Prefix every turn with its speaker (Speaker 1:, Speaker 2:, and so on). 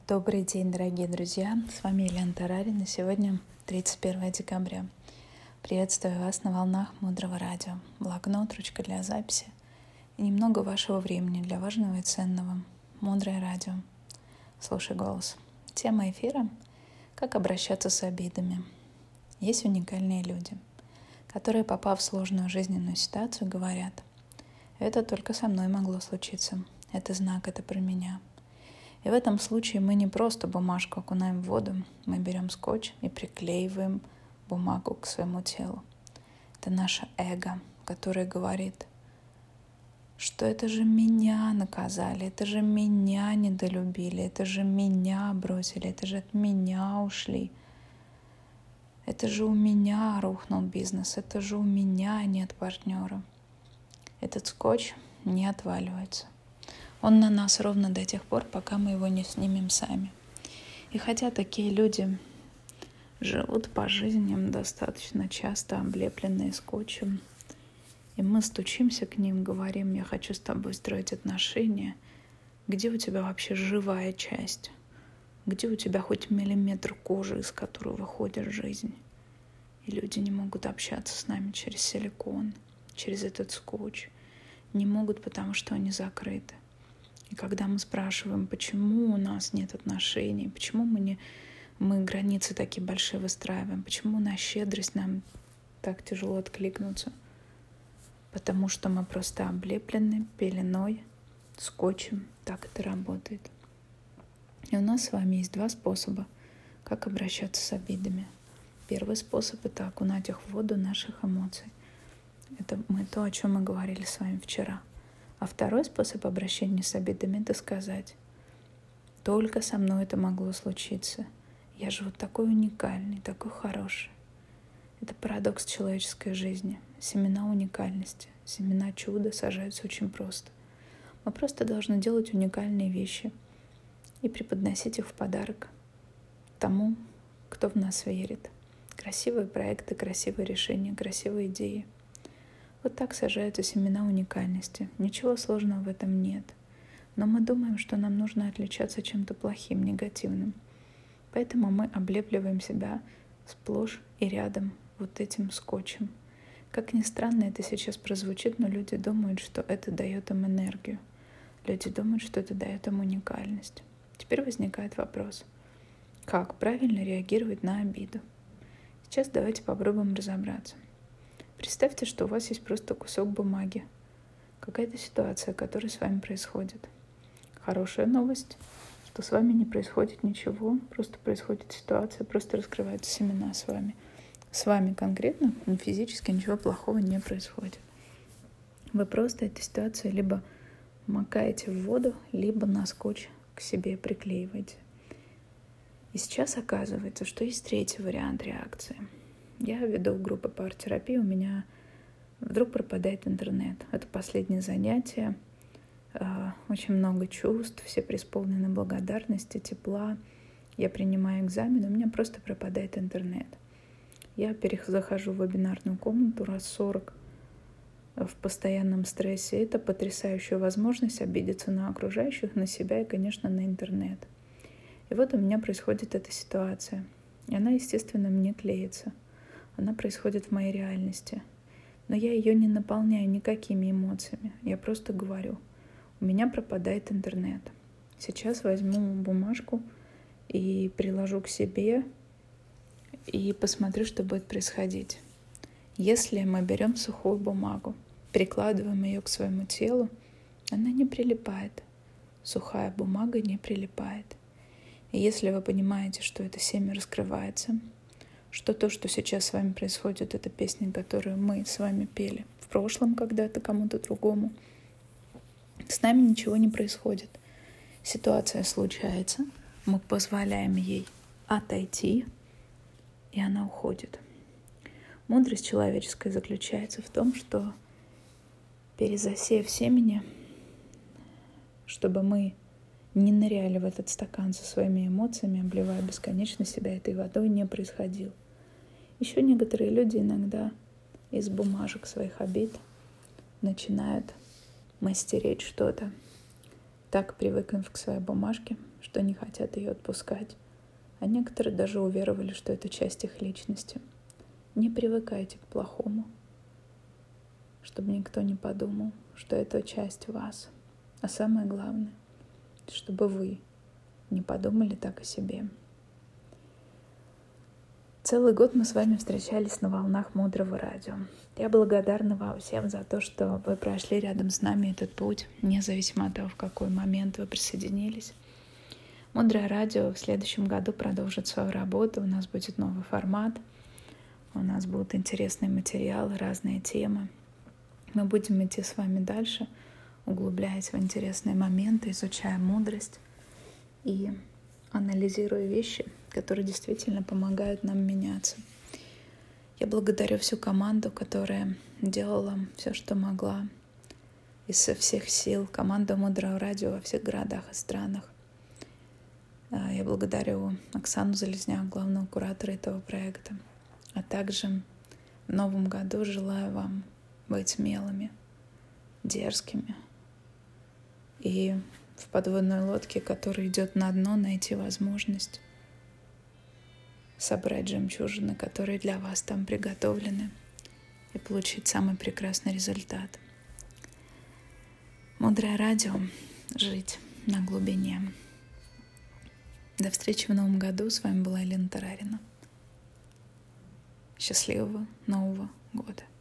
Speaker 1: Добрый день, дорогие друзья! С вами Елена Тарарина. Сегодня 31 декабря. Приветствую вас на волнах Мудрого радио. Блокнот, ручка для записи и немного вашего времени для важного и ценного. Мудрое радио. Слушай голос. Тема эфира — как обращаться с обидами. Есть уникальные люди, которые, попав в сложную жизненную ситуацию, говорят: «Это только со мной могло случиться. Это знак, это про меня». И в этом случае мы не просто бумажку окунаем в воду, мы берем скотч и приклеиваем бумагу к своему телу. Это наше эго, которое говорит, что это же меня наказали, это же меня недолюбили, это же меня бросили, это же от меня ушли. Это же у меня рухнул бизнес, это же у меня нет партнера. Этот скотч не отваливается. Он на нас ровно до тех пор, пока мы его не снимем сами. И хотя такие люди живут по жизням достаточно часто облепленные скотчем, и мы стучимся к ним, говорим: «Я хочу с тобой строить отношения», где у тебя вообще живая часть? Где у тебя хоть миллиметр кожи, из которой выходит жизнь? И люди не могут общаться с нами через силикон, через этот скотч. Не могут, потому что они закрыты. И когда мы спрашиваем, почему у нас нет отношений, почему мы границы такие большие выстраиваем, почему на щедрость нам так тяжело откликнуться, потому что мы просто облеплены пеленой, скотчем. Так это работает. И у нас с вами есть два способа, как обращаться с обидами. Первый способ — это окунать их в воду наших эмоций. Это то, о чем мы говорили с вами вчера. А второй способ обращения с обидами — это сказать: «Только со мной это могло случиться. Я же вот такой уникальный, такой хороший». Это парадокс человеческой жизни. Семена уникальности, семена чуда сажаются очень просто. Мы просто должны делать уникальные вещи и преподносить их в подарок тому, кто в нас верит. Красивые проекты, красивые решения, красивые идеи. Вот так сажаются семена уникальности. Ничего сложного в этом нет. Но мы думаем, что нам нужно отличаться чем-то плохим, негативным. Поэтому мы облепливаем себя сплошь и рядом вот этим скотчем. Как ни странно это сейчас прозвучит, но люди думают, что это дает им энергию. Люди думают, что это дает им уникальность. Теперь возникает вопрос: как правильно реагировать на обиду? Сейчас давайте попробуем разобраться. Представьте, что у вас есть просто кусок бумаги, какая-то ситуация, которая с вами происходит. Хорошая новость, что с вами не происходит ничего, просто происходит ситуация, просто раскрываются семена с вами. С вами конкретно, физически ничего плохого не происходит. Вы просто эту ситуацию либо макаете в воду, либо на скотч к себе приклеиваете. И сейчас оказывается, что есть третий вариант реакции. Я веду группы по арт-терапии, у меня вдруг пропадает интернет. Это последнее занятие. Очень много чувств, все преисполнены благодарности, тепла. Я принимаю экзамен, у меня просто пропадает интернет. Я захожу в вебинарную комнату раз 40 в постоянном стрессе. Это потрясающая возможность обидеться на окружающих, на себя и, конечно, на интернет. И вот у меня происходит эта ситуация. И она, естественно, мне клеится. Она происходит в моей реальности. Но я ее не наполняю никакими эмоциями. Я просто говорю: у меня пропадает интернет. Сейчас возьму бумажку и приложу к себе и посмотрю, что будет происходить. Если мы берем сухую бумагу, прикладываем ее к своему телу, она не прилипает. Сухая бумага не прилипает. И если вы понимаете, что это семя раскрывается, что то, что сейчас с вами происходит, это песня, которую мы с вами пели в прошлом когда-то кому-то другому, с нами ничего не происходит. Ситуация случается, мы позволяем ей отойти, и она уходит. Мудрость человеческая заключается в том, что, перезасеяв семени, чтобы мы не ныряли в этот стакан со своими эмоциями, обливая бесконечно себя этой водой, не происходил. Еще некоторые люди иногда из бумажек своих обид начинают мастерить что-то так привыкнув к своей бумажке, что не хотят ее отпускать, а некоторые даже уверовали, что это часть их личности. Не привыкайте к плохому, чтобы никто не подумал, что это часть вас. А самое главное, чтобы вы не подумали так о себе. Целый год мы с вами встречались на волнах Мудрого Радио. Я благодарна вам всем за то, что вы прошли рядом с нами этот путь, независимо от того, в какой момент вы присоединились. Мудрое Радио в следующем году продолжит свою работу. У нас будет новый формат, у нас будут интересные материалы, разные темы. Мы будем идти с вами дальше, углубляясь в интересные моменты, изучая мудрость и анализируя вещи, которые действительно помогают нам меняться. Я благодарю всю команду, которая делала все, что могла, изо всех сил, команду Мудрого Радио во всех городах и странах. Я благодарю Оксану Залезняк, главного куратора этого проекта. А также в новом году желаю вам быть смелыми, дерзкими и в подводной лодке, которая идет на дно, найти возможность собрать жемчужины, которые для вас там приготовлены, и получить самый прекрасный результат. Мудрое Радио. Жить на глубине. До встречи в новом году. С вами была Елена Тарарина. Счастливого Нового года.